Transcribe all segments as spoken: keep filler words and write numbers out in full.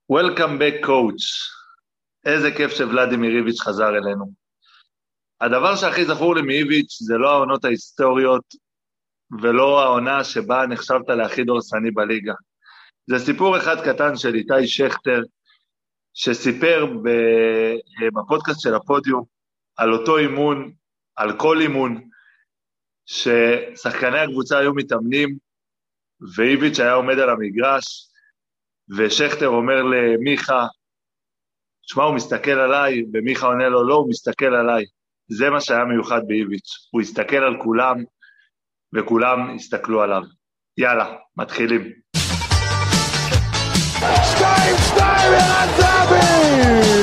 Welcome back coach. איזה כיף שוולדימיר איביץ' חזר אלינו. הדבר שהכי זכור לי מאיביץ' זה לא העונות ההיסטוריות ולא העונה שבה נחשבת להכי דורסני בליגה. זה סיפור אחד קטן של איתי שכטר שסיפר בפודקאסט של הפודיום על אותו אימון, על כל אימון, ששחקני הקבוצה היו מתאמנים ואיביץ' היה עומד על המגרש ושכטר אומר למיכה, תשמע, הוא מסתכל עליי, ומיכה עונה לו, לא, הוא מסתכל עליי. זה מה שהיה מיוחד באיביץ'. הוא הסתכל על כולם, וכולם הסתכלו עליו. יאללה, מתחילים. שתיים, שתיים, ערן זהבי!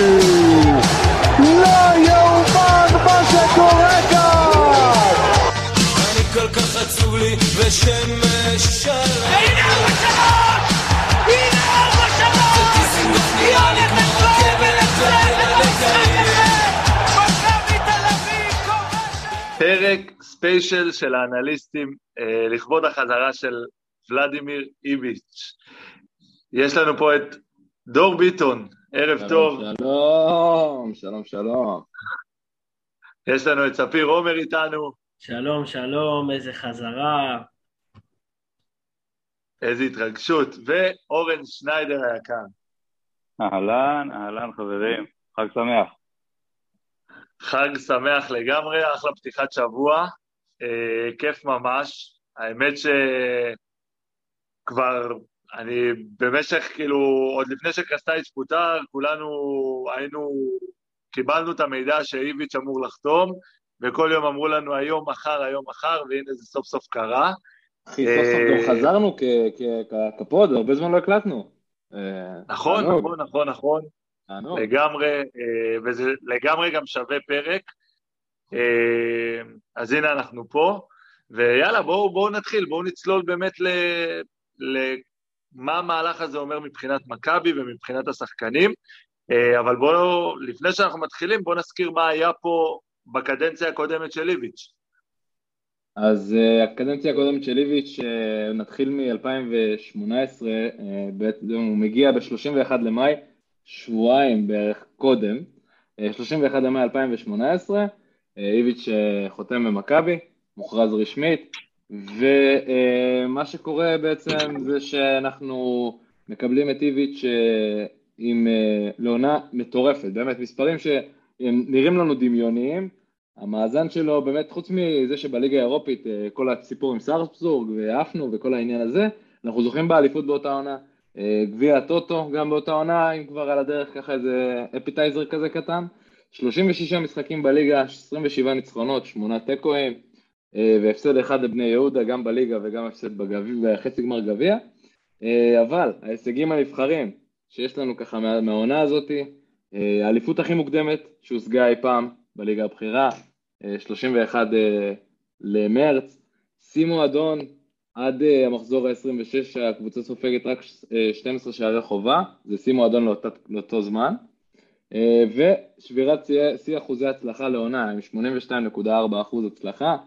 לא יאומן מה שקורה כאן! אני כל כך עצוב לי, ושמש שלם. הנה ארבע שלוש! הנה ארבע שלוש! היא הולכת פה ולצאת למשחק הזה! מכבי תל אביב כובשת! פרק ספיישל של האנליסטים, אה, לכבוד החזרה של ולדימיר איביץ'. יש לנו פה את דור ביטון, ערב שלום, טוב. שלום, שלום, שלום. יש לנו את ספיר עומר איתנו. שלום, שלום, איזה חזרה. איזו התרגשות. ואורן שניידר היקר. אהלן, אהלן חברים, חג שמח. חג שמח לגמרי, אחלה פתיחת שבוע, אה, כיף ממש. האמת שכבר, אני במשך, כאילו, עוד לפני שקרסטייץ' פוטר, כולנו היינו, קיבלנו את המידע שאיביץ' אמור לחתום, וכל יום אמרו לנו היום, מחר, היום, מחר, והנה זה סוף סוף קרה. אחי, סוף סוף גם חזרנו כפוד, הרבה זמן לא הקלטנו. נכון, נכון, נכון, נכון. תענוג. לגמרי, וזה לגמרי גם שווה פרק. אז הנה אנחנו פה, ויאללה, בואו בואו נתחיל, בואו נצלול באמת למה המהלך הזה אומר מבחינת מכבי ומבחינת השחקנים, אבל בואו, לפני שאנחנו מתחילים, בואו נזכיר מה היה פה בקדנציה הקודמת של איביץ'. אז uh, הקדנציה הקודמת של איביץ' uh, נתחיל מ-אלפיים שמונה עשרה, uh, בעצם הוא מגיע ב-שלושים ואחד למאי, שבועיים בערך קודם, uh, שלושים ואחד למאי אלפיים שמונה עשרה, uh, איביץ' uh, חותם במכבי, מוכרז רשמית, ומה uh, שקורה בעצם זה שאנחנו מקבלים את איביץ' uh, עם uh, לעונה מטורפת, באמת מספרים שנראים לנו דמיוניים, המאזן שלו באמת חוץ מזה שבליגה האירופית כל הסיפור עם סרפסבורג ואפנו וכל העניין הזה, אנחנו זוכים באליפות באותה עונה, גביע הטוטו גם באותה עונה, אם כבר על הדרך ככה איזה אפיטייזר כזה קטן, שלושים ושישה משחקים בליגה, עשרים ושבעה ניצחונות, שמונה טקואים, והפסד אחד לבני יהודה גם בליגה וגם הפסד בגביע, בחצי גמר גביע, אבל ההישגים הנבחרים שיש לנו ככה מהעונה הזאת, האליפות הכי מוקדמת שהושגה אי פעם, בליגה הבחירה, שלושים ואחד למרץ, שימו אדון עד המחזור ה-עשרים ושש, הקבוצה סופגת רק שנים עשר שערי חובה, זה שימו אדון לאותו, לאותו זמן, ושבירת שיא אחוזי הצלחה לעונה, עם שמונים ושתיים נקודה ארבע אחוז הצלחה,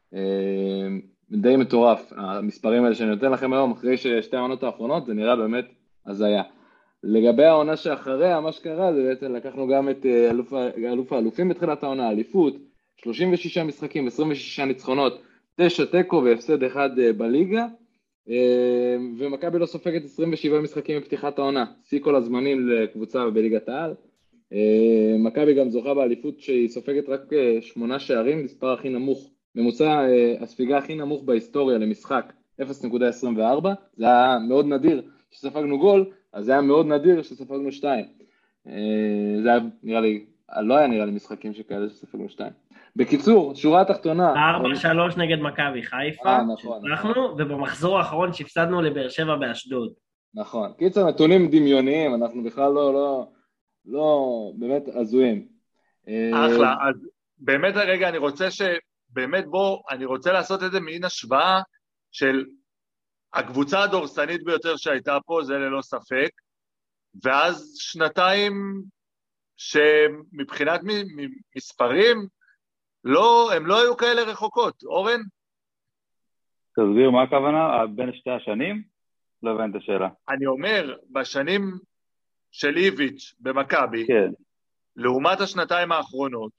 די מטורף, המספרים האלה שאני נותן לכם היום, אחרי ששתי העונות האחרונות, זה נראה באמת הזיה. לגבי העונה שאחריה, מה שקרה זה בעצם לקחנו גם את אלוף, אלוף האלופים בתחילת העונה, האליפות, שלושים ושישה משחקים, עשרים ושישה ניצחונות, תשע טקו והפסד אחד בליגה, ומכבי לא סופגת עשרים ושבעה משחקים בפתיחת העונה, שיא כל הזמנים לקבוצה בליגת העל, מכבי גם זוכה באליפות שהיא סופגת רק שמונה שערים, מספר הכי נמוך, ממוצע הספיגה הכי נמוך בהיסטוריה למשחק, אפס נקודה עשרים וארבע, זה היה מאוד נדיר שספגנו גול, אז זה היה מאוד נדיר שספגנו שתיים. זה היה נראה לי, לא היה נראה לי משחקים שכאלה שספגנו שתיים. בקיצור, שורה התחתונה. ארבע שלוש נגד מכבי חיפה. אה, נכון. אנחנו, ובמחזור האחרון שהפסדנו לבאר שבע באשדוד. נכון. קיצר, נתונים דמיוניים, אנחנו בכלל לא, לא, לא, באמת הזויים. אחלה, אז באמת רגע, אני רוצה שבאמת בוא, אני רוצה לעשות את זה מעין השוואה של הקבוצה הדורסנית ביותר שהייתה פה, זה ללא ספק, ואז שנתיים שמבחינת מספרים, לא, הם לא היו כאלה רחוקות. אורן? תסביר מה הכוונה, בין שתי השנים? לא הבנת את השאלה. אני אומר, בשנים של איביץ' במכבי, כן. לעומת השנתיים האחרונות.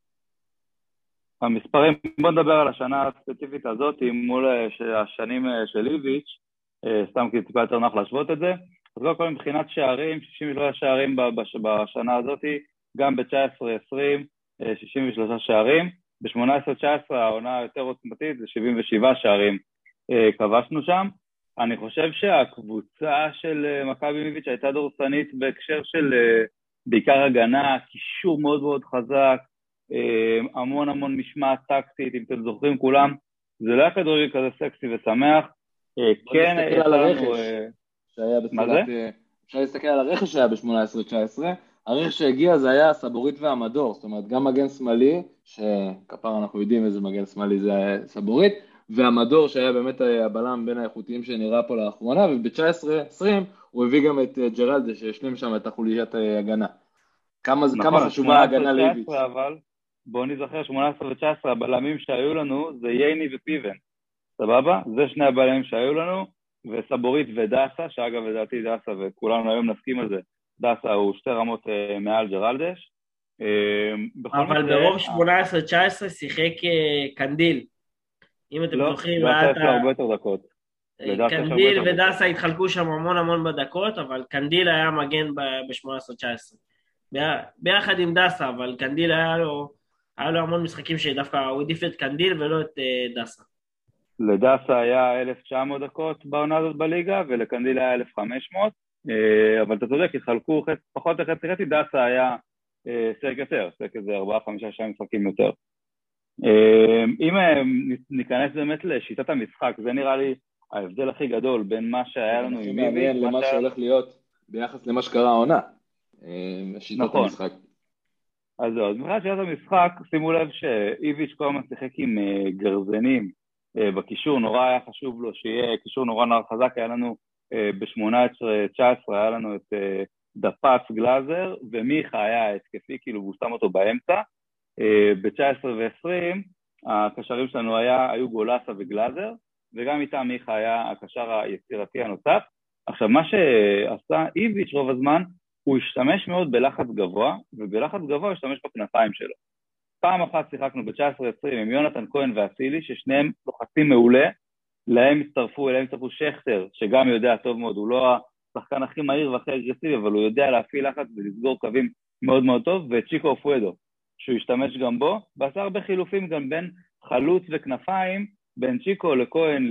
המספרים, בוא נדבר על השנה הספציפית הזאת, מול השנים של איביץ', סתם כי טיפה יותר נוח להשוות את זה. אז לא כל מבחינת שערים, שישים ושלושה שערים בשנה הזאת, גם ב-תשע עשרה עשרים, שישים ושלושה שערים. ב-שמונה עשרה תשע עשרה העונה היותר עוצמתית, זה שבעים ושבעה שערים כבשנו שם. אני חושב שהקבוצה של מכבי איביץ' הייתה דורסנית בהקשר של בעיקר הגנה, קישור מאוד מאוד חזק, המון המון משמעת טקטית, אם אתם זוכרים כולם, זה לא היה כדורגל כזה סקסי ושמח. כן, היה על הרכש שהיה בתחילת, אפשר להסתכל על הרכש שהיה ב-שמונה עשרה תשע עשרה, הרכש שהגיע זה היה סבורית והמדור, זאת אומרת גם מגן שמאלי, שכפר אנחנו יודעים איזה מגן שמאלי זה סבורית, והמדור שהיה באמת הבלם בין האיכותיים שנראה פה לאחרונה, וב-תשע עשרה עשרים הוא הביא גם את ג'רלדה שהשלים שם את החוליית הגנה. כמה, נכון, כמה חשובה ההגנה לאיביץ'. אבל בואו נזכר, שמונה עשרה ו-תשע עשרה הבלמים שהיו לנו זה ייני ופיבן, סבבה? זה שני הבלמים שהיו לנו, וסבורית ודסה, שאגב לדעתי דסה וכולנו היום נסכים על זה, דסה הוא שתי רמות uh, מעל ג'רלדש. Uh, אבל מקרה, ברוב שמונה עשרה תשע עשרה שיחק uh, קנדיל. אם אתם לא, זוכרים, דסה יש לו הרבה יותר דקות. קנדיל ודסה התחלקו שם המון המון בדקות, אבל קנדיל היה מגן ב-שמונה עשרה תשע עשרה. ביחד עם דסה, אבל קנדיל היה לו, היה לו המון משחקים שדווקא הוא עדיף את קנדיל ולא את uh, דסה. לדסה היה אלף תשע מאות דקות בעונה הזאת בליגה, ולקנדיל היה אלף וחמש מאות, אבל אתה צודק, התחלקו פחות חצי חצי, דסה היה סק יותר, סק איזה ארבעה חמישה שעה משחקים יותר. אם ניכנס באמת לשיטת המשחק, זה נראה לי ההבדל הכי גדול בין מה שהיה לנו עם איביץ' למה שהולך להיות ביחס למה שקרה העונה, שיטת המשחק. אז זהו, אז מבחינת שיטת המשחק, שימו לב שאיביץ' כל הזמן שיחק עם גרזנים, בקישור נורא היה חשוב לו שיהיה קישור נורא נורא חזק, היה לנו ב-שמונה עשרה תשע עשרה היה לנו את דפץ גלאזר, ומיכה היה התקפי, כאילו הוא שם אותו באמצע. ב-תשע עשרה ו-עשרים הקשרים שלנו היה, היו גולסה וגלאזר, וגם איתם מיכה היה הקשר היצירתי הנוסף. עכשיו מה שעשה איביץ' רוב הזמן, הוא השתמש מאוד בלחץ גבוה, ובלחץ גבוה השתמש בכנפיים שלו. פעם אחת שיחקנו ב-תשע עשרה עשרים עם יונתן כהן ואצילי, ששניהם לוחצים מעולה, להם הצטרפו, אליהם הצטרפו שכטר, שגם יודע טוב מאוד, הוא לא השחקן הכי מהיר והכי אגרסיבי, אבל הוא יודע להפעיל לחץ ולסגור קווים מאוד מאוד טוב, וצ'יקו אופואדו, שהוא השתמש גם בו, ועשה הרבה חילופים גם בין חלוץ וכנפיים, בין צ'יקו לכהן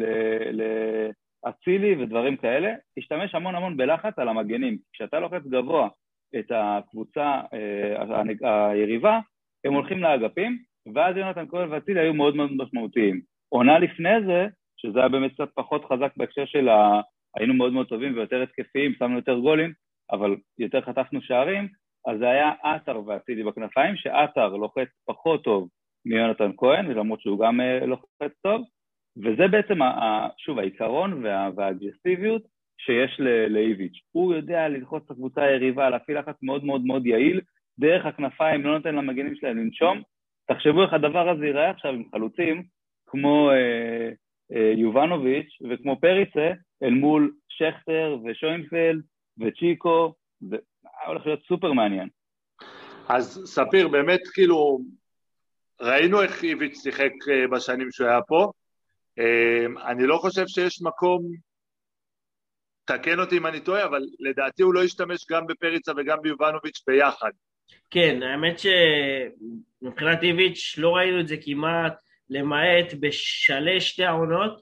לאצילי ודברים כאלה, השתמש המון המון בלחץ על המגנים. כשאתה לוחץ גבוה את הקבוצה היריבה, הם הולכים לאגפים, ואז יונתן כהן ואצילי היו מאוד מאוד משמעותיים. עונה לפני זה, שזה היה באמת קצת פחות חזק בהקשר של ה... היינו מאוד מאוד טובים ויותר התקפיים, שמנו יותר גולים, אבל יותר חטפנו שערים, אז זה היה עטר ואצילי בכנפיים, שעטר לוחץ פחות טוב מיונתן כהן, למרות שהוא גם לוחץ טוב, וזה בעצם, ה... שוב, העיקרון וה... והאגרסיביות שיש לאיביץ'. הוא יודע ללחוץ את הקבוצה היריבה, להפעיל לחץ מאוד מאוד מאוד יעיל, דרך הכנפיים, לא נותן למגנים שלהם לנשום. תחשבו איך הדבר הזה ייראה עכשיו עם חלוצים, כמו אה, אה, יובנוביץ' וכמו פריצה, אל מול שכטר ושוינפלד וצ'יקו, זה הולך להיות סופר מעניין. אז ספיר, באמת כאילו, ראינו איך איביץ' שיחק בשנים שהוא היה פה, אני לא חושב שיש מקום, תקן אותי אם אני טועה, אבל לדעתי הוא לא ישתמש גם בפריצה וגם ביובנוביץ' ביחד. כן, האמת שמבחינת איביץ' לא ראינו את זה כמעט, למעט בשלש שתי העונות.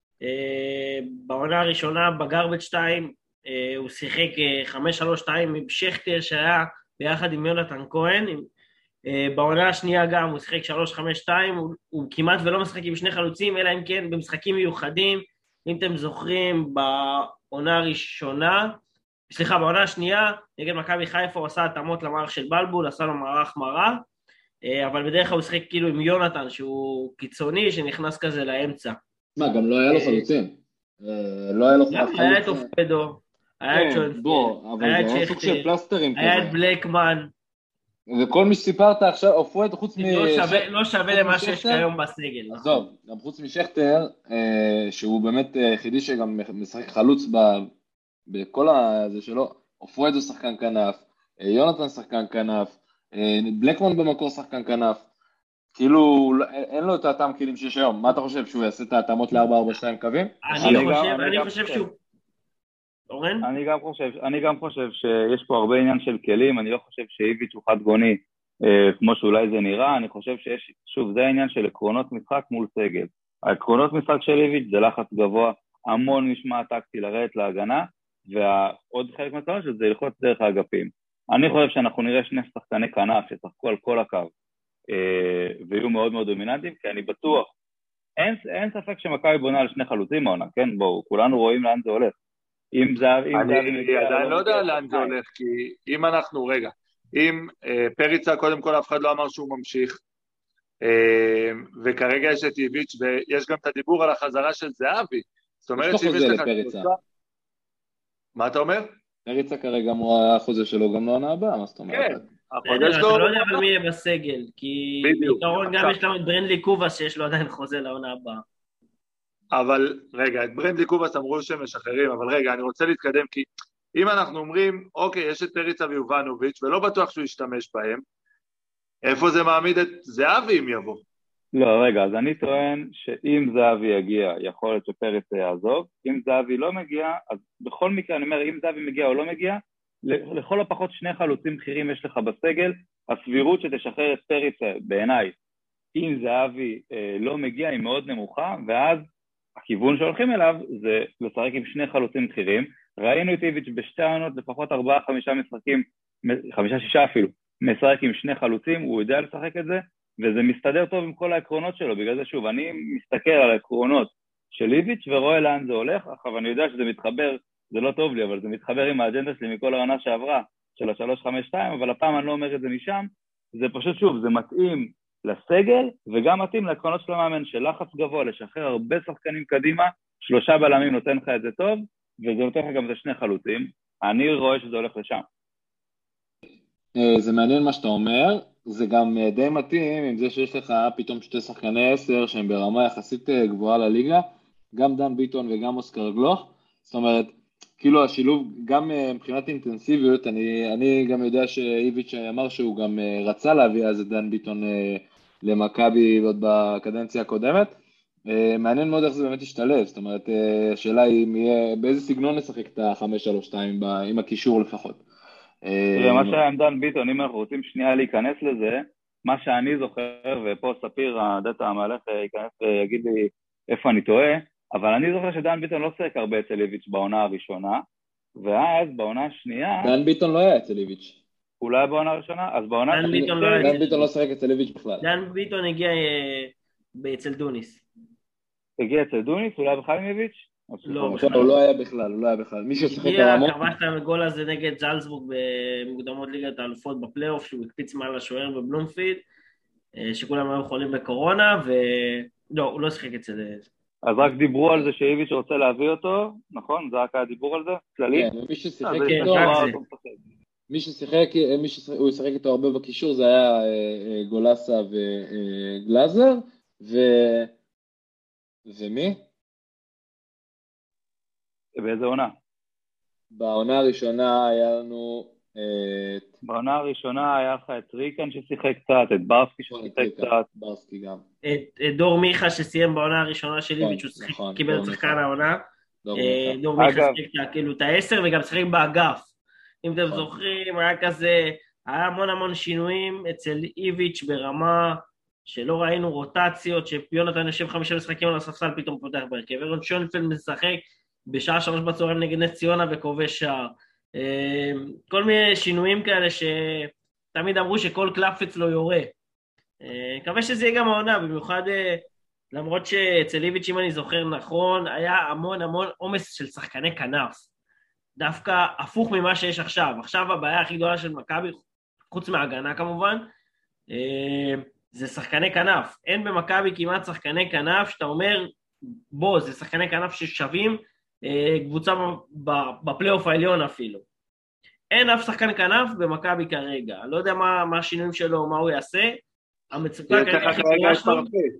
בעונה הראשונה בגרבג' שתיים הוא שיחק חמש שלוש שתיים עם שכטר שהיה ביחד עם יונתן כהן. בעונה השנייה גם הוא שיחק שלוש חמש שתיים, הוא, הוא כמעט ולא משחק עם שני חלוצים, אלא אם כן במשחקים מיוחדים. אם אתם זוכרים, בעונה הראשונה, סליחה, בעונה השנייה, נגד מכבי חיפה הוא עשה התאמות למערך של בלבול, עשה לו מערך מרה, אבל בדרך כלל הוא שחק כאילו עם יונתן, שהוא קיצוני, שנכנס כזה לאמצע. מה, גם לא היה לו חלוצים? לא היה לו חלוצים? היה את אופדו, היה את שוינפלד, היה את שכטר, היה את בלקמן. וכל מי שסיפרת עכשיו, אופדו חוץ מ... לא שווה למה שיש כיום בסגל. עזוב, גם חוץ משכטר, שהוא באמת חידי שגם משחק חלוץ בכל הזה שלו, אופרדו שחקן כנף, יונתן שחקן כנף, בלקמן במקור שחקן כנף, כאילו אין לו את האטם כלים שיש היום. מה אתה חושב, שהוא יעשה את האטמות ל-ארבע ארבע שתיים קווים? אני חושב שהוא... אורן? אני גם חושב, אני גם חושב שיש פה הרבה עניין של כלים, אני לא חושב שאיביץ' הוא חד גוני כמו שאולי זה נראה, אני חושב שיש, שוב, זה העניין של עקרונות משחק מול סגל. העקרונות משחק של איביץ' זה לחץ גבוה, המון משמע טקטי לרדת להגנה, ועוד חלק מהצורה שזה ללחוץ דרך האגפים. אני חושב שאנחנו נראה שני שחקני כנף שצחקו על כל הקו, ויהיו מאוד מאוד דומיננטיים, כי אני בטוח, אין, אין ספק שמכבי בונה על שני חלוצים העונה, כן? בואו, כולנו רואים לאן זה הולך. אם זה... אני עדיין לא יודע לאן זה הולך, כי אם אנחנו, רגע, אם פריצה, קודם כל אף אחד לא אמר שהוא ממשיך, וכרגע יש את איביץ' ויש גם את הדיבור על החזרה של זהבי, זאת אומרת שאם יש לך... מה אתה אומר? פריצה כרגע אמרו החוזה שלו גם לעונה הבאה, מה זאת אומרת? כן, החוזה שלו... אתה לא יודע במי יהיה בסגל, כי בעיקרון גם יש לנו את ברנדלי קובאס שיש לו עדיין חוזה לעונה הבאה. אבל רגע, את ברנדלי קובאס אמרו שהם משחררים, אבל רגע, אני רוצה להתקדם, כי אם אנחנו אומרים, אוקיי, יש את פריצה ויובנוביץ' ולא בטוח שהוא ישתמש בהם, איפה זה מעמיד את זהבי אם יבוא? לא, רגע, אז אני טוען שאם זהבי יגיע, יכול להיות שפריצה יעזוב, אם זהבי לא מגיע, אז בכל מקרה, אני אומר, אם זהבי מגיע או לא מגיע, לכל הפחות שני חלוצים בכירים יש לך בסגל, הסבירות שתשחרר את פריצה בעיניי, אם זהבי אה, לא מגיע, היא מאוד נמוכה, ואז הכיוון שהולכים אליו זה לשחק עם שני חלוצים בכירים. ראינו את איביץ' בשתי העונות, לפחות ארבעה, חמישה משחקים, חמישה, שישה אפילו, משחק עם שני חלוצים, הוא יודע לשחק את זה, וזה מסתדר טוב עם כל העקרונות שלו. בגלל זה שוב, אני מסתכל על העקרונות של איביץ' ורואה לאן זה הולך, עכשיו אני יודע שזה מתחבר, זה לא טוב לי, אבל זה מתחבר עם האג'נדה שלי מכל העונה שעברה, של ה-שלוש חמש שתיים, אבל הפעם אני לא אומר את זה משם, זה פשוט שוב, זה מתאים לסגל, וגם מתאים לעקרונות של המאמן, של לחץ גבוה, לשחרר הרבה שחקנים קדימה, שלושה בלמים נותן לך את זה טוב, וזה נותן לך גם את שני חלוצים, אני רואה שזה הולך לשם. זה מעניין מה שאתה אומר, זה גם די מתאים עם זה שיש לך פתאום שתי שחקני עשר שהם ברמה יחסית גבוהה לליגה, גם דן ביטון וגם אוסקר גלוך, זאת אומרת, כאילו השילוב גם מבחינת אינטנסיביות, אני, אני גם יודע שאיביץ' אמר שהוא גם רצה להביא אז את דן ביטון למכבי עוד בקדנציה הקודמת, מעניין מאוד איך זה באמת ישתלב, זאת אומרת, השאלה היא באיזה סגנון נשחק את ה-חמש שלוש שתיים עם הקישור לפחות. מה שהיה עם דן ביטון, אם אנחנו רוצים שנייה להיכנס לזה, מה שאני זוכר, ופה ספיר, הדאטה המהלך, ייכנס ויגיד לי איפה אני טועה, אבל אני זוכר שדן ביטון לא שחק הרבה אצל איביץ' בעונה הראשונה, ואז בעונה השנייה... דן ביטון לא היה אצל איביץ'. אולי בעונה הראשונה? אז בעונה... דן ביטון לא, דן ביטון לא שחק אצל איביץ' בכלל. דן ביטון הגיע אצל דוניס. הגיע אצל דוניס? אולי בכלל עם איביץ'? לא, הוא לא היה בכלל, הוא לא היה בכלל. מי ששחק הרמות... הגיע, כבש את הגול הזה נגד זלצבורג במוקדמות ליגת האלופות בפלייאוף, שהוא הקפיץ מעל השוער בבלומפילד, שכולם היו חולים בקורונה, ולא, הוא לא שחק אצל... אז רק דיברו על זה שאיביץ' רוצה להביא אותו, נכון? זה רק היה דיבור על זה? כללי? כן, מי ששיחק איתו, מי ששיחק, מי שהוא ישחק איתו הרבה בקישור, זה היה גולסה וגלאזר, ו... ומי? באיזה עונה? בעונה הראשונה היה לנו... בעונה הראשונה היה לך את ריקן ששיחק קצת, את ברסקי ששיחק קצת. ברסקי גם. את דור מיכה שסיים בעונה הראשונה של איביץ' הוא קיבל את שחקן העונה. דור מיכה שיחק כאילו את העשר וגם שיחק באגף. אם אתם זוכרים, היה כזה, היה המון המון שינויים אצל איביץ' ברמה שלא ראינו רוטציות, שיונתן יושב חמישה משחקים על הספסל פתאום פותח בהרכב. אירון שונפלד משחק בשעה שלוש בצהריים נגד נס ציונה וכובש שער. כל מיני שינויים כאלה שתמיד אמרו שכל קלף אצלו יורה. מקווה שזה יהיה גם העונה, במיוחד למרות שאצל איביץ' אם אני זוכר נכון, היה המון המון עומס של שחקני כנף. דווקא הפוך ממה שיש עכשיו. עכשיו הבעיה הכי גדולה של מכבי, חוץ מהגנה כמובן, זה שחקני כנף. אין במכבי כמעט שחקני כנף שאתה אומר, בוא, זה שחקני כנף ששווים, קבוצה בפלייאוף העליון אפילו. אין אף שחקן כנף במכבי כרגע. לא יודע מה, מה השינויים שלו, מה הוא יעשה. המצוקה כרגע הכי גדולה שלו.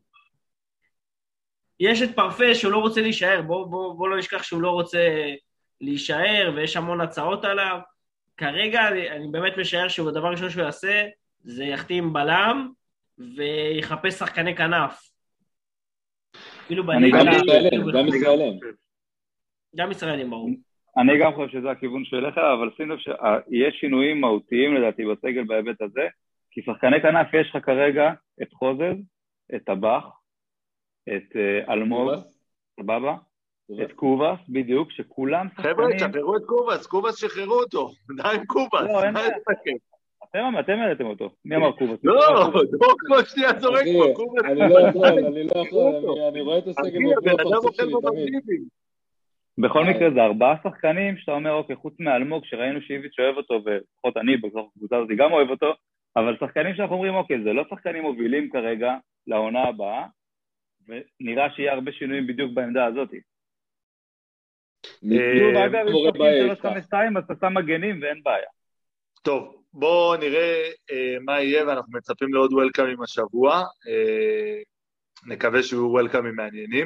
יש את פרפה שהוא לא רוצה להישאר. בוא, בוא, בוא לא נשכח שהוא לא רוצה להישאר, ויש המון הצעות עליו. כרגע אני, אני באמת משער שבדבר ראשון שהוא יעשה, זה יחתים בלם, ויחפש שחקני כנף. אפילו בליגה... גם ישראלים, גם ישראלים. גם ישראלים, ברור. אני גם חושב שזה הכיוון שלך, אבל שים לב שיש שינויים מהותיים לדעתי בסגל בהיבט הזה, כי שחקני כנף יש לך כרגע את חוזז, את הבח, את אלמוג, סבבה, את קובס, בדיוק, שכולם שחקנים... חבר'ה, שחררו את קובס, קובס שחררו אותו, די עם קובס. לא, אין אתם, אתם העליתם אותו. מי אמר קובס? לא, דור כמו שנייה זורק פה, קובס. אני לא יכול, אני לא יכול, אני רואה את הסגל בפרצוף שלי תמיד. בכל מקרה זה ארבעה שחקנים שאתה אומר, אוקיי, חוץ מאלמוג, שראינו שאיביץ' אוהב אותו, ולפחות אני בתוך הקבוצה הזאת גם אוהב אותו, אבל שחקנים שאנחנו אומרים, אוקיי, זה לא שחקנים מובילים כרגע לעונה הבאה, ונראה שיהיה הרבה שינויים בדיוק בעמדה הזאת. שוב, אגב, אם שחקים שלוש חמש שתיים, אז אתה שם מגנים ואין בעיה. טוב, בואו נראה מה יהיה, ואנחנו מצפים לעוד וולקאמים השבוע. נקווה שיהיו וולקאמים מעניינים.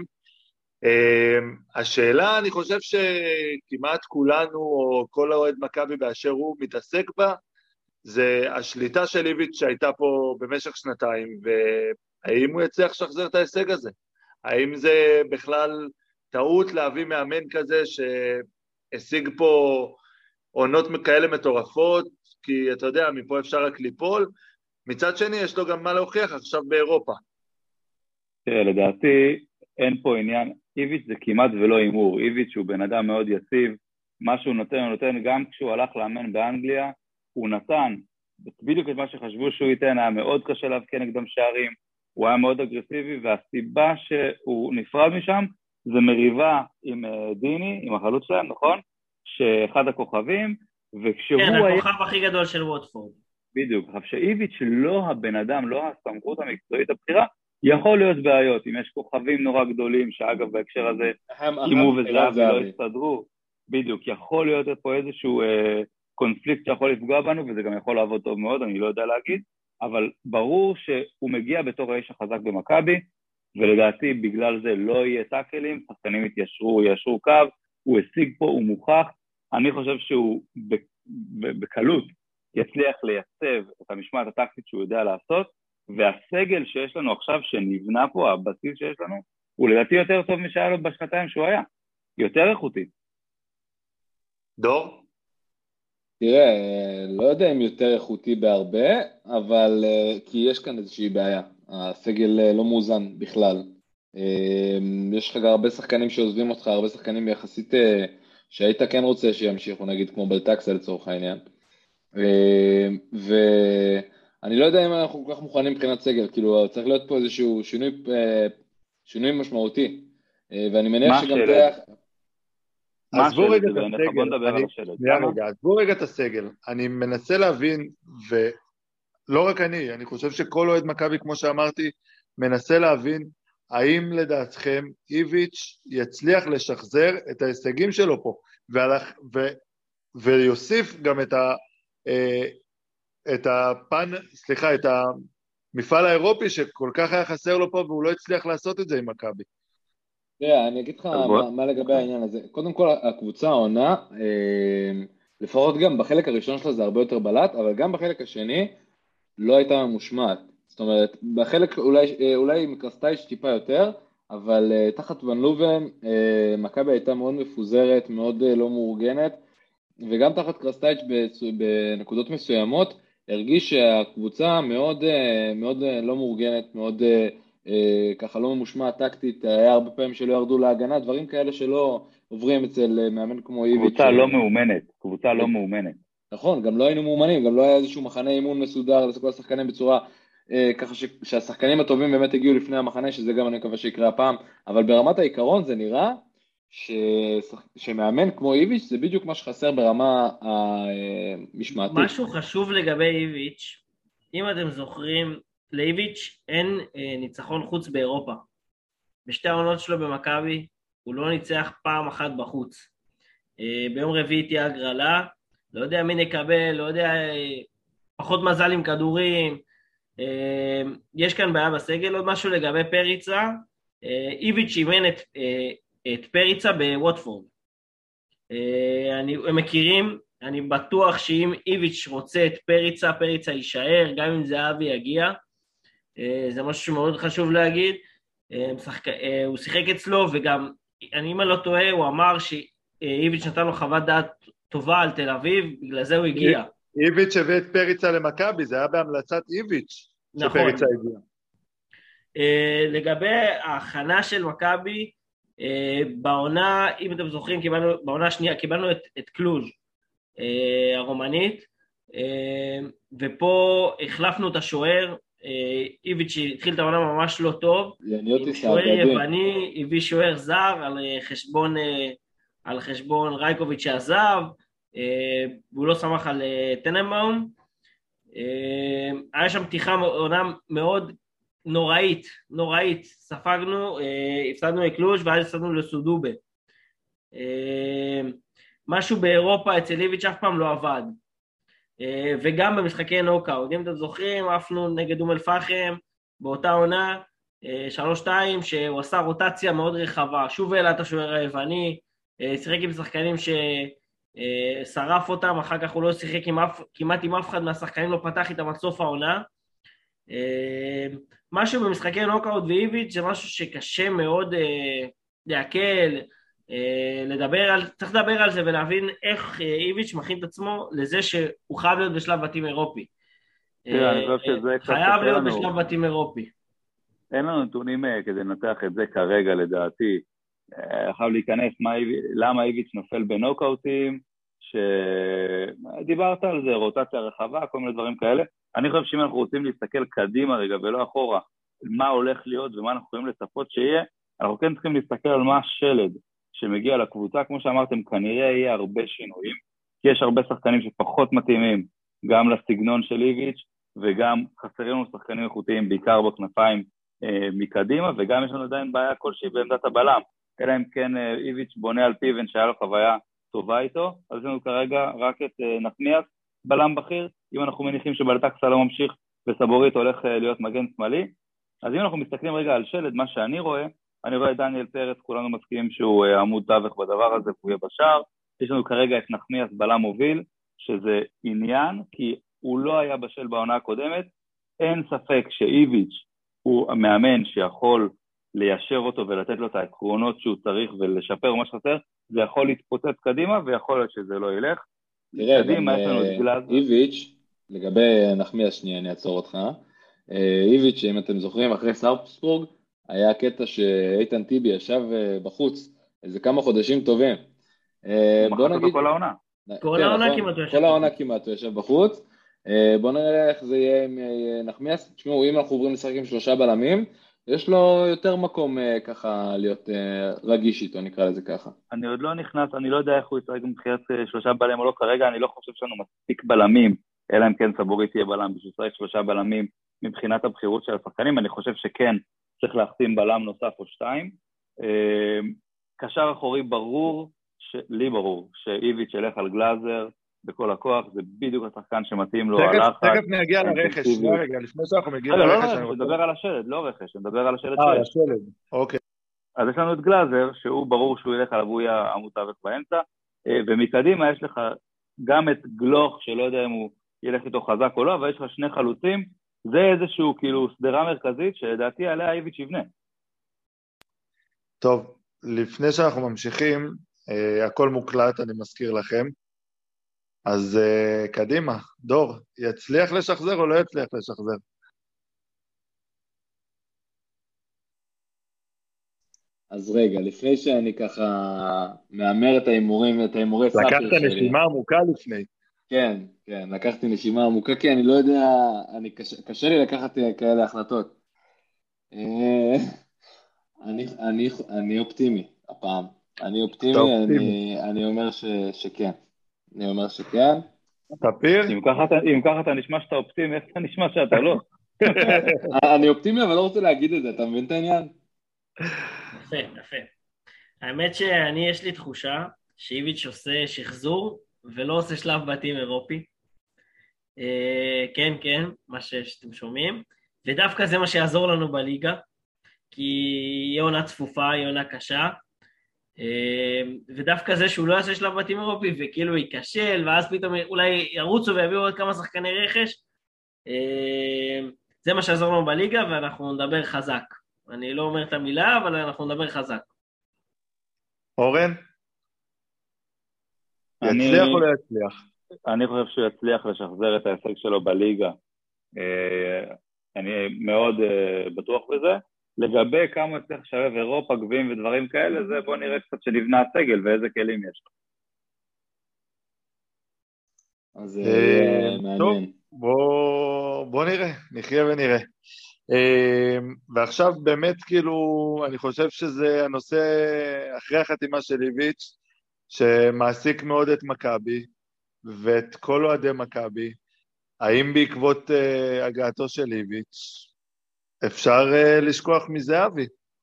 השאלה, אני חושב שכמעט כולנו, או כל האוהד מכבי באשר הוא מתעסק בה, זה השליטה של איביץ' שהייתה פה במשך שנתיים, והאם הוא יצליח לשחזר את ההישג הזה? האם זה בכלל טעות להביא מאמן כזה שהשיג פה עונות כאלה מטורפות, כי אתה יודע, מפה אפשר רק ליפול, מצד שני יש לו גם מה להוכיח עכשיו באירופה. תראה, לדעתי אין פה עניין, איביץ' זה כמעט ולא אימור, איביץ' הוא בן אדם מאוד יציב, מה שהוא נותן, הוא נותן גם כשהוא הלך לאמן באנגליה, הוא נתן בדיוק את מה שחשבו שהוא ייתן, היה מאוד קשה להבקיע נגדם שערים, הוא היה מאוד אגרסיבי, והסיבה שהוא נפרד משם, זה מריבה עם דיני, עם החלוץ שלהם, נכון? שאחד הכוכבים, וכשהוא כן, היה... הכוכב הכי גדול של ווטפורד. בדיוק, שאיביץ' לא הבן אדם, לא הסמכות המקצועית הבחירה, יכול להיות בעיות, אם יש כוכבים נורא גדולים, שאגב בהקשר הזה, שימו וזהבי לא הסתדרו, בדיוק, יכול להיות פה איזשהו אה, קונפליקט שיכול לפגוע בנו, וזה גם יכול לעבוד טוב מאוד, אני לא יודע להגיד, אבל ברור שהוא מגיע בתור האיש החזק במכבי, ולדעתי בגלל זה לא יהיה טאקלים, שחקנים יתיישרו, ישרו קו, הוא השיג פה, הוא מוכח, אני חושב שהוא בקלות יצליח לייצב את המשמעת הטקטית שהוא יודע לעשות, והסגל שיש לנו עכשיו שנבנה פה, הבסיס שיש לנו, הוא לדעתי יותר טוב משהיה לו בשנתיים שהוא היה, יותר איכותי. דור? תראה, לא יודע אם יותר איכותי בהרבה, אבל כי יש כאן איזושהי בעיה, הסגל לא מאוזן בכלל. יש לך הרבה שחקנים שעוזבים אותך, הרבה שחקנים יחסית שהיית כן רוצה שימשיכו, נגיד כמו בלטקסה לצורך העניין. ואני לא יודע אם אנחנו כל כך מוכנים מבחינת סגל, כאילו צריך להיות פה איזשהו שינוי, שינוי משמעותי, ואני מניח שגם זה... עזבו רגע את הסגל, עזבו רגע את הסגל, אני מנסה להבין, ולא רק אני, אני חושב שכל אוהד מכבי, כמו שאמרתי, מנסה להבין, האם לדעתכם איביץ' יצליח לשחזר את ההישגים שלו פה, והלך, ו, ויוסיף גם את, ה, את הפן, סליחה, את המפעל האירופי שכל כך היה חסר לו פה, והוא לא הצליח לעשות את זה עם מכבי. תראה, אני אגיד לך מה, מה לגבי העניין הזה. קודם כל, הקבוצה העונה, לפחות גם בחלק הראשון שלה זה הרבה יותר בלט, אבל גם בחלק השני לא הייתה ממושמעת. זאת אומרת, בחלק אולי, אולי מקרסטייץ' טיפה יותר, אבל תחת ון לובן, מכבי הייתה מאוד מפוזרת, מאוד לא מאורגנת, וגם תחת קרסטייץ' בנקודות מסוימות, הרגיש שהקבוצה מאוד, מאוד לא מאורגנת, מאוד ככה לא ממושמעת טקטית, היה הרבה פעמים שלא ירדו להגנה, דברים כאלה שלא עוברים אצל מאמן כמו איביץ'. קבוצה לא מאומנת, קבוצה לא מאומנת. נכון, גם לא היינו מאומנים, גם לא היה איזשהו מחנה אימון מסודר לכל השחקנים בצורה, ככה שהשחקנים הטובים באמת הגיעו לפני המחנה, שזה גם אני מקווה שיקרה הפעם, אבל ברמת העיקרון זה נראה שמאמן כמו איביץ' זה בדיוק מה שחסר ברמה המשמעתית. משהו חשוב לגבי איביץ', אם אתם זוכרים, לאיביץ' אין אה, ניצחון חוץ באירופה. בשתי העונות שלו במכבי, הוא לא ניצח פעם אחת בחוץ. אה, ביום רביעי תהיה הגרלה, לא יודע מי נקבל, לא יודע, אה, פחות מזל עם כדורים. אה, יש כאן בעיה בסגל, עוד משהו לגבי פריצה. אה, איביץ' אימן את, אה, את פריצה בווטפורד. אה, אני, הם מכירים, אני בטוח שאם איביץ' רוצה את פריצה, פריצה יישאר, גם אם זהבי יגיע. זה משהו שמאוד חשוב להגיד. הוא שיחק אצלו, וגם, אני אם אני לא טועה, הוא אמר שאיביץ' נתן לו חוות דעת טובה על תל אביב, בגלל זה הוא הגיע. איביץ' הביא את פריצה למכבי, זה היה בהמלצת איביץ' שפריצה הגיע. לגבי ההכנה של מכבי, בעונה, אם אתם זוכרים, בעונה השנייה, קיבלנו את, את קלוז' הרומנית, ופה החלפנו את השוער, איביץ' התחיל את העונה ממש לא טוב, עם שוער יווני, הביא שוער זר על חשבון, על חשבון רייקוביץ' שעזב, והוא לא שמח על טננבאום. היה שם פתיחה עונה מאוד נוראית, נוראית, ספגנו, הפסדנו לקלוז' ואז הפסדנו לסודובה. משהו באירופה אצל איביץ' אף פעם לא עבד. וגם במשחקי נוקאוט, אם אתם זוכרים, עפנו נגד אום אל פחם באותה עונה, שלוש שתיים, שהוא עשה רוטציה מאוד רחבה, שוב העלה את השוער היווני, שיחק עם שחקנים ששרף אותם, אחר כך הוא לא שיחק עם אף, כמעט עם אף אחד מהשחקנים, לא פתח איתם עד סוף העונה. משהו במשחקי נוקאוט ואיביץ' זה משהו שקשה מאוד להקל, לדבר על, צריך לדבר על זה ולהבין איך איביץ' מכין את עצמו לזה שהוא חייב להיות בשלב בתים אירופי. חייב להיות בשלב בתים אירופי. אין לנו נתונים כדי לנתח את זה כרגע לדעתי. חייב להיכנס למה איביץ' נופל בנוקאוטים, שדיברת על זה, רוטציה רחבה, כל מיני דברים כאלה. אני חושב שאם אנחנו רוצים להסתכל קדימה רגע ולא אחורה, מה הולך להיות ומה אנחנו יכולים לצפות שיהיה, אנחנו כן צריכים להסתכל על מה השלד שמגיע לקבוצה, כמו שאמרתם, כנראה יהיה הרבה שינויים, כי יש הרבה שחקנים שפחות מתאימים גם לסגנון של איביץ' וגם חסרים לנו שחקנים איכותיים, בעיקר בכנפיים אה, מקדימה, וגם יש לנו עדיין בעיה כלשהי בעמדת הבלם, אלא אם כן אה, איביץ' בונה על פיבן שהיה לו חוויה טובה איתו, אז יש לנו כרגע רק את אה, נחמיאס, בלם בכיר, אם אנחנו מניחים שבלטקסה לא ממשיך וסבורית הולך אה, להיות מגן שמאלי, אז אם אנחנו מסתכלים רגע על שלד, מה שאני רואה, אני רואה את דניאל פרץ, כולנו מסכימים שהוא עמוד תווך בדבר הזה, הוא יהיה בשער. יש לנו כרגע את נחמיאס בלם מוביל, שזה עניין, כי הוא לא היה בשל בעונה הקודמת. אין ספק שאיביץ' הוא המאמן שיכול ליישר אותו ולתת לו את העקרונות שהוא צריך ולשפר מה שחסר, זה יכול להתפוצץ קדימה ויכול להיות שזה לא ילך. תראה, גם איביץ', לגבי נחמיאס שנייה, אני אעצור אותך. איביץ', אם אתם זוכרים, אחרי סארפסבורג, היה קטע שאיתן טיבי ישב בחוץ, איזה כמה חודשים טובים. בוא נגיד... כל העונה. כל העונה כמעט הוא ישב. כל העונה כמעט הוא ישב בחוץ. בוא נראה איך זה יהיה עם נחמיאס. תשמעו, אם אנחנו עוברים לשחק עם שלושה בלמים, יש לו יותר מקום ככה להיות רגיש איתו, נקרא לזה ככה. אני עוד לא נכנס, אני לא יודע איך הוא ישחק עם בחירת שלושה בלמים או לא, כרגע אני לא חושב שאנו מספיק בלמים, אלא אם כן סבורית יהיה בלם, בשביל לשחק שלושה בלמים מבחינת הבחירות של השחקנים, אני חושב שכן צריך להחתים בלם נוסף או שתיים. קשר אחורי ברור, לי ברור, שאיביץ' ילך על גלאזר בכל הכוח, זה בדיוק השחקן שמתאים לו על לחץ. תכף נגיע לרכש, רגע, לפני שאנחנו מגיעים לרכש. אני מדבר על השלד, לא רכש, אני מדבר על השלד. אה, השלד, אוקיי. אז יש לנו את גלאזר, שהוא ברור שהוא ילך על אבוי המוטבק באמצע, ומקדימה יש לך גם את גלוך, שלא יודע אם הוא ילך איתו חזק או לא, אבל יש לך שני חלוצים, זה איזשהו כאילו סדרה מרכזית שלדעתי עליה איביץ' יבנה. טוב, לפני שאנחנו ממשיכים, אה, הכל מוקלט, אני מזכיר לכם. אז אה, קדימה, דור, יצליח לשחזר או לא יצליח לשחזר? אז רגע, לפני שאני ככה מאמר את האימורים ואת האימורי סאפר שלי. לקחת נשימה עמוקה לפני. כן, כן, לקחתי נשימה עמוקה, כי אני לא יודע, אני קשה, קשה לי לקחת כאלה החלטות. אני, אני, אני אופטימי הפעם. אני אופטימי, אני, אני אומר ש, שכן. אני אומר שכן. תפיר? אם ככה, אם ככה אתה נשמע שאתה אופטימי, איך אתה נשמע שאתה לא? אני אופטימי, אבל לא רוצה להגיד את זה, אתה מבין את העניין? יפה, יפה. האמת שאני, יש לי תחושה שאיביץ' עושה שחזור, ולא עושה שלב בתים אירופי. כן, כן, מה שאתם שומעים. ודווקא זה מה שיעזור לנו בליגה, כי היא עונה צפופה, היא עונה קשה. ודווקא זה שהוא לא יעשה שלב בתים אירופי, וכאילו ייכשל, ואז פתאום אולי ירוצו ויביאו עוד כמה שחקני רכש, זה מה שעזור לנו בליגה, ואנחנו נדבר חזק. אני לא אומר את המילה, אבל אנחנו נדבר חזק. אורן? יצליח או לא יצליח? אני חושב שהוא יצליח לשחזר את ההישג שלו בליגה. אני מאוד בטוח בזה. לגבי כמה צריך לשלב אירופה, גביעים ודברים כאלה, זה בוא נראה קצת שנבנה הסגל ואיזה כלים יש לו. אז מעניין. טוב, בוא נראה, נחיה ונראה. ועכשיו באמת כאילו, אני חושב שזה הנושא אחרי החתימה של איביץ', שמעסיק מאוד את מכבי, ואת כל אוהדי מכבי, האם בעקבות uh, הגעתו של איביץ' אפשר uh, לשכוח מזהבי?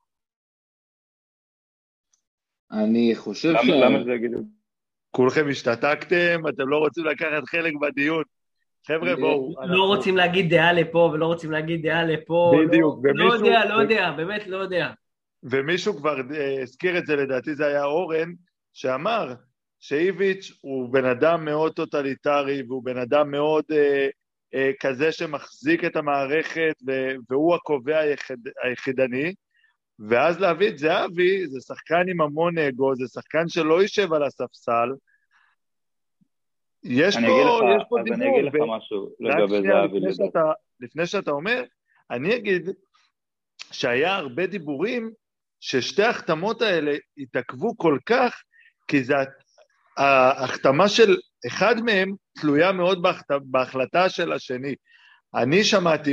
אני חושב למה, ש... למה זה יגידו? כולכם השתתקתם, אתם לא רוצים לקחת חלק בדיון. חבר'ה, בואו. לא אנחנו... רוצים להגיד דעה לפה, ולא רוצים להגיד דעה לפה. בדיוק. לא, ומישהו... לא יודע, לא יודע, באמת לא יודע. ומישהו כבר uh, הזכיר את זה, לדעתי זה היה אורן, שאמר שאיביץ' הוא בן אדם מאוד טוטליטרי, והוא בן אדם מאוד אה, אה, כזה שמחזיק את המערכת, והוא הקובע היחיד, היחידני, ואז להביא את זהבי, זה שחקן עם המון אגו, זה שחקן שלא יישב על הספסל, יש פה, לך, יש פה אז דיבור. אני אגיד לך ו... משהו לגבי זהבי. לפני שאתה, לפני שאתה אומר, אני אגיד שהיה הרבה דיבורים, ששתי ההחתמות האלה התעכבו כל כך, כי זה ההחתמה של אחד מהם תלויה מאוד בהחלטה של השני. אני שמעתי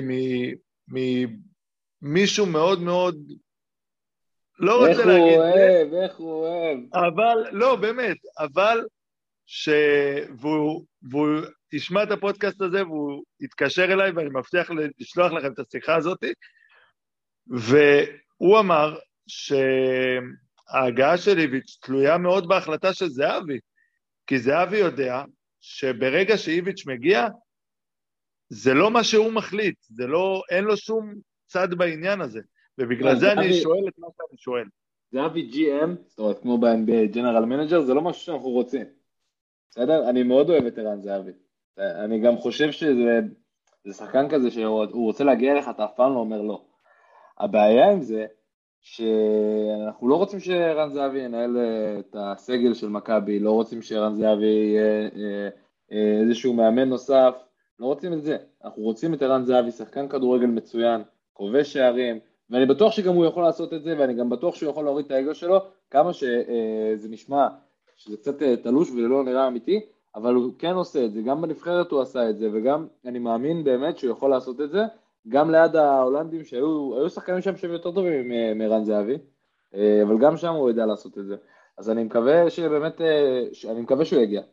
ממישהו מאוד מאוד, לא רוצה להגיד, איך הוא אוהב, איך הוא אוהב. אבל, לא, באמת, אבל, ש... והוא, והוא ישמע את הפודקאסט הזה, והוא יתקשר אליי, ואני מבטיח לשלוח לכם את השיחה הזאת, והוא אמר שההגעה של איביץ' תלויה מאוד בהחלטה של זהבי, כי זהבי יודע שברגע שאיביץ' מגיע, זה לא מה שהוא מחליט, זה לא, אין לו שום צד בעניין הזה, ובגלל זה אני שואל את מה שאני שואל. זהבי ג'י אם, זאת אומרת, כמו ב-אן בי איי, ג'נרל מנג'ר, זה לא משהו שאנחנו רוצים. בסדר? אני מאוד אוהב את ערן זהבי. אני גם חושב שזה זה שחקן כזה שהוא רוצה להגיע אליך, אתה אף פעם לא אומר לא. הבעיה עם זה, שאנחנו לא רוצים שערן זהבי ינהל את הסגל של מכבי, לא רוצים שערן זהבי יהיה איזשהו מאמן נוסף, לא רוצים את זה. אנחנו רוצים את ערן זהבי, שחקן כדורגל מצוין, כובש שערים, ואני בטוח שגם הוא יכול לעשות את זה, ואני גם בטוח שהוא יכול להוריד את האגו שלו, כמה שזה נשמע, שזה קצת תלוש ולא נראה אמיתי, אבל הוא כן עושה את זה, גם בנבחרת הוא עשה את זה, וגם אני מאמין באמת שהוא יכול לעשות את זה, גם ליד ההולנדים שהיו, היו שחקנים שם שהם יותר טובים מערן זהבי, אבל גם שם הוא יודע לעשות את זה. אז אני מקווה שבאמת, אני מקווה שהוא יגיע.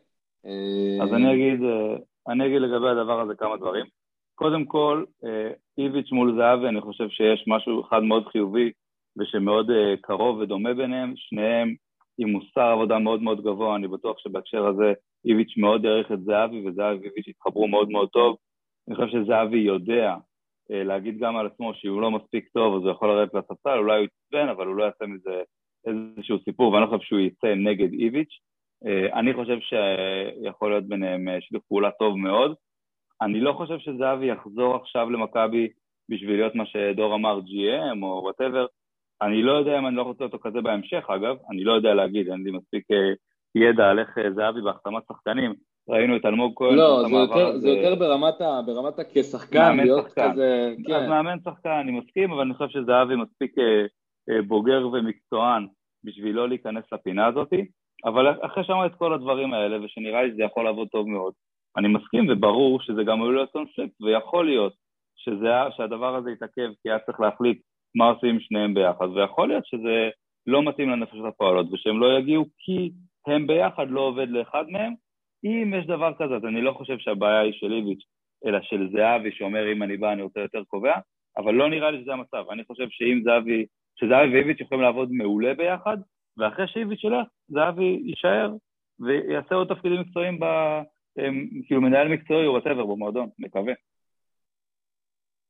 אז אני אגיד, אני אגיד לגבי הדבר הזה כמה דברים. קודם כל, איביץ' מול זהבי, אני חושב שיש משהו אחד מאוד חיובי, ושמאוד קרוב ודומה ביניהם, שניהם עם מוסר עבודה מאוד מאוד גבוה, אני בטוח שבהקשר הזה איביץ' מאוד יעריך את זהבי, וזהבי ואיביץ' התחברו מאוד מאוד טוב. אני חושב שזהבי יודע להגיד גם על עצמו שהוא לא מספיק טוב, אז הוא יכול לרדת לספסל, אולי הוא יתבן, אבל הוא לא יעשה מזה איזשהו סיפור, ואני חושב שהוא יצא נגד איביץ'. אני חושב שיכול להיות ביניהם שיתוף פעולה טוב מאוד. אני לא חושב שזהבי יחזור עכשיו למכבי בשביל להיות מה שדור אמר ג'י אם או whatever. אני לא יודע אם אני לא רוצה אותו כזה בהמשך, אגב, אני לא יודע להגיד, אין לי מספיק ידע על איך זהבי בהחתמת שחקנים. ראינו את אלמוג כהן. לא, זה יותר, זה יותר ברמת, ברמת כשחקן, להיות שחקן. כזה, כן. אז מאמן שחקן, אני מסכים, אבל אני חושב שזהבי מספיק בוגר ומקצוען בשביל לא להיכנס לפינה הזאת, אבל אחרי שאמר את כל הדברים האלה, ושנראה לי שזה יכול לעבוד טוב מאוד, אני מסכים וברור שזה גם עלול להיות קונפליקט, ויכול להיות שזה, שהדבר הזה יתעכב, כי היה צריך להחליט מה עושים שניהם ביחד, ויכול להיות שזה לא מתאים לנפשות הפועלות, ושהם לא יגיעו כי הם ביחד לא עובד לאחד מהם. אם יש דבר כזה, אז אני לא חושב שהבעיה היא של איביץ', אלא של זהבי, שאומר אם אני בא אני רוצה יותר קובע, אבל לא נראה לי שזה המצב. אני חושב שאם זהבי, שזהבי ואיביץ' יכולים לעבוד מעולה ביחד, ואחרי שאיביץ' ילך, זהבי יישאר, ויעשה עוד תפקידים מקצועיים, ב, כאילו מנהל מקצועי או whatever במועדון, מקווה.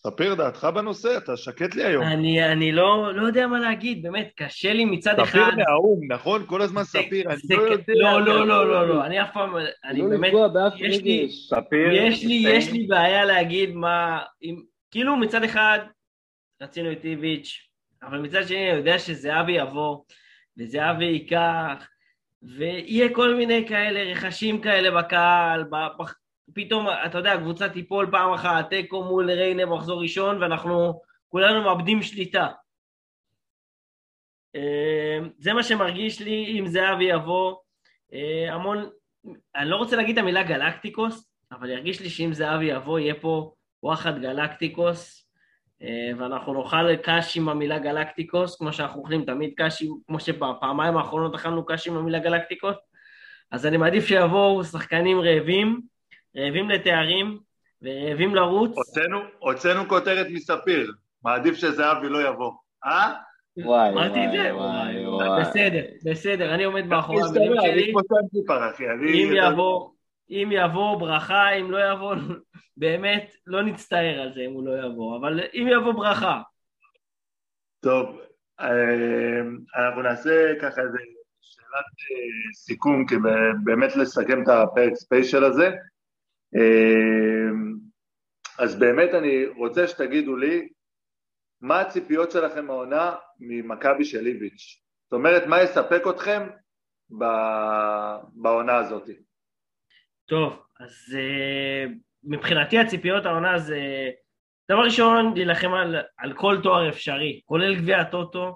ספיר דעתך בנושא, אתה שקט לי היום. אני, אני לא, לא יודע מה להגיד, באמת, קשה לי מצד אחד. ספיר מהאום, נכון? כל הזמן ספיר, אני לא יודע. לא, לא, לא, לא, לא, אני אף פעם, אני באמת, יש לי, יש לי, יש לי בעיה להגיד מה, כאילו מצד אחד, רצינו את איביץ', אבל מצד שני אני יודע שזהבי יבוא, וזהבי ייקח, ויהיה כל מיני כאלה, רכשים כאלה בקהל, פתאום, אתה יודע, הקבוצה תיפול פעם אחת, תיקו מול ריינה מחזור ראשון, ואנחנו כולנו מאבדים שליטה. זה מה שמרגיש לי אם זהבי יבוא, המון, אני לא רוצה להגיד את המילה גלקטיקוס, אבל ירגיש לי שאם זהבי יבוא, יהיה פה וואחד גלקטיקוס, ואנחנו נאכל קש עם המילה גלקטיקוס, כמו שאנחנו אוכלים תמיד קש, כמו שבפעמיים האחרונות אכלנו קש עם המילה גלקטיקוס, אז אני מעדיף שיבואו שחקנים רעבים, רעבים לתארים, ורעבים לרוץ. הוצאנו כותרת מספיר, מעדיף שזהבי לא יבוא, אה? וואי, אמרתי את זה? וואי, וואי. בסדר, בסדר, אני עומד מאחורי המילים שלי. אם יבוא, אם יבוא ברכה, אם לא יבוא, באמת לא נצטער על זה אם הוא לא יבוא, אבל אם יבוא ברכה. טוב, אנחנו נעשה ככה איזה שאלת סיכום, כי באמת לסכם את הפרק ספיישל הזה. אז באמת אני רוצה שתגידו לי, מה הציפיות שלכם העונה ממכבי של איביץ'? זאת אומרת, מה יספק אתכם בעונה הזאת? טוב, אז מבחינתי הציפיות העונה זה, דבר ראשון, להילחם על, על כל תואר אפשרי, כולל גביע הטוטו,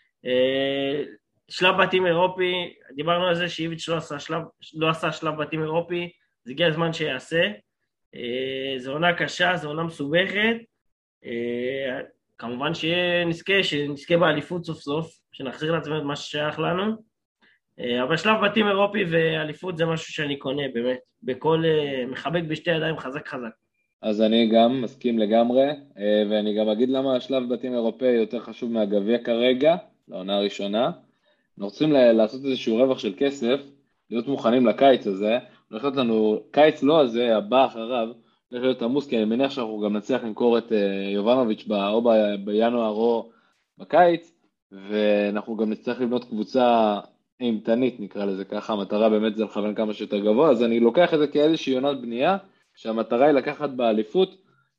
שלב בתים אירופי, דיברנו על זה שאיביץ' לא עשה שלב, לא עשה שלב בתים אירופי, זה הגיע הזמן שיעשה, זו עונה קשה, זו עונה מסובכת, כמובן שנזכה, שנזכה באליפות סוף סוף, שנחזיר לעצמנו את מה ששייך לנו, אבל שלב בתים אירופי ואליפות זה משהו שאני קונה באמת, בכל, מחבק בשתי ידיים חזק חזק. אז אני גם מסכים לגמרי, ואני גם אגיד למה השלב בתים אירופאי יותר חשוב מהגביע כרגע, לעונה הראשונה. אנחנו רוצים לעשות איזשהו רווח של כסף, להיות מוכנים לקיץ הזה, הולך להיות לנו קיץ לא הזה, הבא אחריו, הולך להיות עמוס, כי אני מניח שאנחנו גם נצליח למכור את יובנוביץ' או בינואר או בקיץ, ואנחנו גם נצטרך לבנות קבוצה אימתנית, נקרא לזה ככה, המטרה באמת זה לכוון כמה שיותר גבוה, אז אני לוקח את זה כאיזושהי עונת בנייה, שהמטרה היא לקחת באליפות,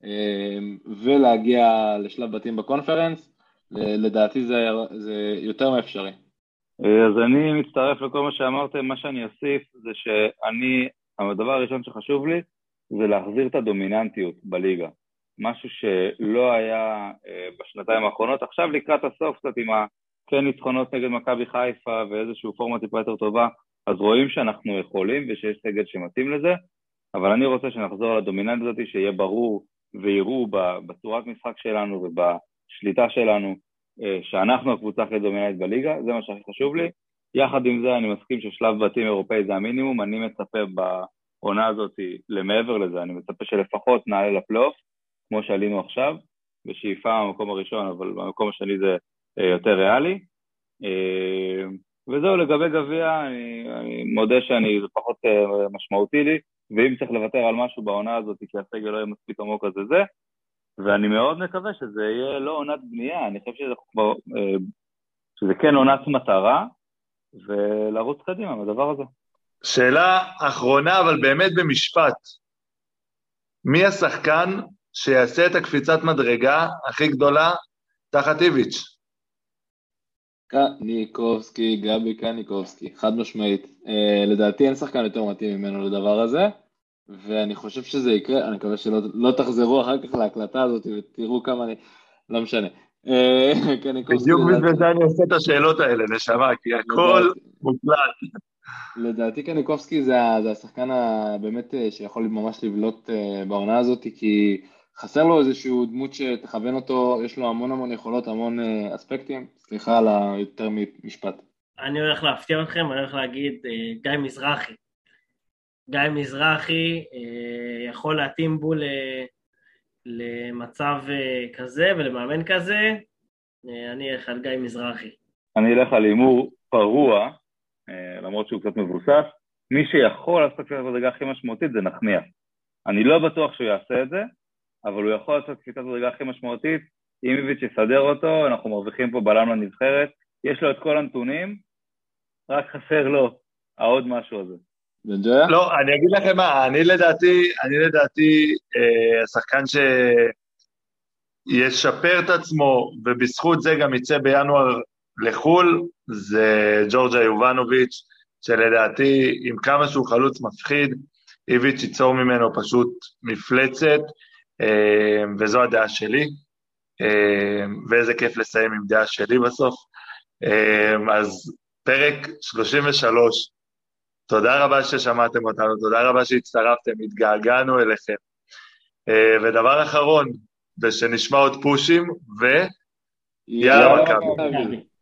ולהגיע לשלב בתים בקונפרנס, לדעתי זה, זה יותר מאפשרי. אז אני מצטרף לכל מה שאמרתם, מה שאני אוסיף זה שאני, הדבר הראשון שחשוב לי, זה להחזיר את הדומיננטיות בליגה, משהו שלא היה בשנתיים האחרונות, עכשיו לקראת הסוף קצת עם כן ניצחונות נגד מכבי חיפה ואיזשהו פורמה טיפה יותר טובה, אז רואים שאנחנו יכולים ושיש סגל שמתאים לזה, אבל אני רוצה שנחזור לדומיננטיות הזאת, שיהיה ברור ויראו בצורת משחק שלנו ובשליטה שלנו, שאנחנו הקבוצה הכי דומיננטית בליגה, זה מה שהכי חשוב לי. יחד עם זה אני מסכים ששלב בתים אירופאי זה המינימום, אני מצפה בעונה הזאת למעבר לזה, אני מצפה שלפחות נעלה לפלייאוף, כמו שעלינו עכשיו, בשאיפה במקום הראשון, אבל במקום השני זה יותר ריאלי. וזהו, לגבי גביע, אני, אני מודה שאני, זה פחות משמעותי לי, ואם צריך לוותר על משהו בעונה הזאת, כי הסגל לא יהיה מספיק עמוק אז זה, ואני מאוד מקווה שזה יהיה לא עונת בנייה, אני חושב שזה, כבר, שזה כן עונת מטרה, ולרוץ קדימה עם הדבר הזה. שאלה אחרונה, אבל באמת במשפט. מי השחקן שיעשה את הקפיצת מדרגה הכי גדולה תחת איביץ'? קניקובסקי, גבי קניקובסקי, חד משמעית. לדעתי אין שחקן יותר מתאים ממנו לדבר הזה, ואני חושב שזה יקרה, אני מקווה שלא לא תחזרו אחר כך להקלטה הזאת ותראו כמה אני, לא משנה. בדיוק בגלל זה אני עושה את השאלות האלה, נשמה, כי הכל מוקלט. לדעתי קניקובסקי זה, זה השחקן באמת שיכול ממש לבלוט בעונה הזאת, כי חסר לו איזשהו דמות שתכוון אותו, יש לו המון המון יכולות, המון אספקטים, סליחה על היותר משפט. אני הולך להפתיע אתכם, אני הולך להגיד גיא מזרחי. גיא מזרחי יכול להתאים בו למצב כזה ולמאמן כזה, אני אלך על גיא מזרחי. אני אלך על אימור פרוע, למרות שהוא קצת מבוסס, מי שיכול לעשות את זה הכי משמעותית זה נחמיאס. אני לא בטוח שהוא יעשה את זה, אבל הוא יכול לעשות קפיצת מדרגה הכי משמעותית, אם איביץ' יסדר אותו, אנחנו מרוויחים פה בלם לנבחרת, יש לו את כל הנתונים, רק חסר לו העוד משהו הזה. לא, אני אגיד לכם מה, אני לדעתי, אני לדעתי, אה, השחקן שישפר את עצמו, ובזכות זה גם יצא בינואר לחול, זה ג'ורג'ה יובנוביץ', שלדעתי, עם כמה שהוא חלוץ מפחיד, איביץ' ייצור ממנו פשוט מפלצת, אה, וזו הדעה שלי, אה, ואיזה כיף לסיים עם דעה שלי בסוף. אה, אז פרק שלושים ושלוש, תודה רבה ששמעתם אותנו, תודה רבה שהצטרפתם, התגעגענו אליכם. ודבר אחרון, ושנשמע עוד פושים, ו... יאללה מכבי.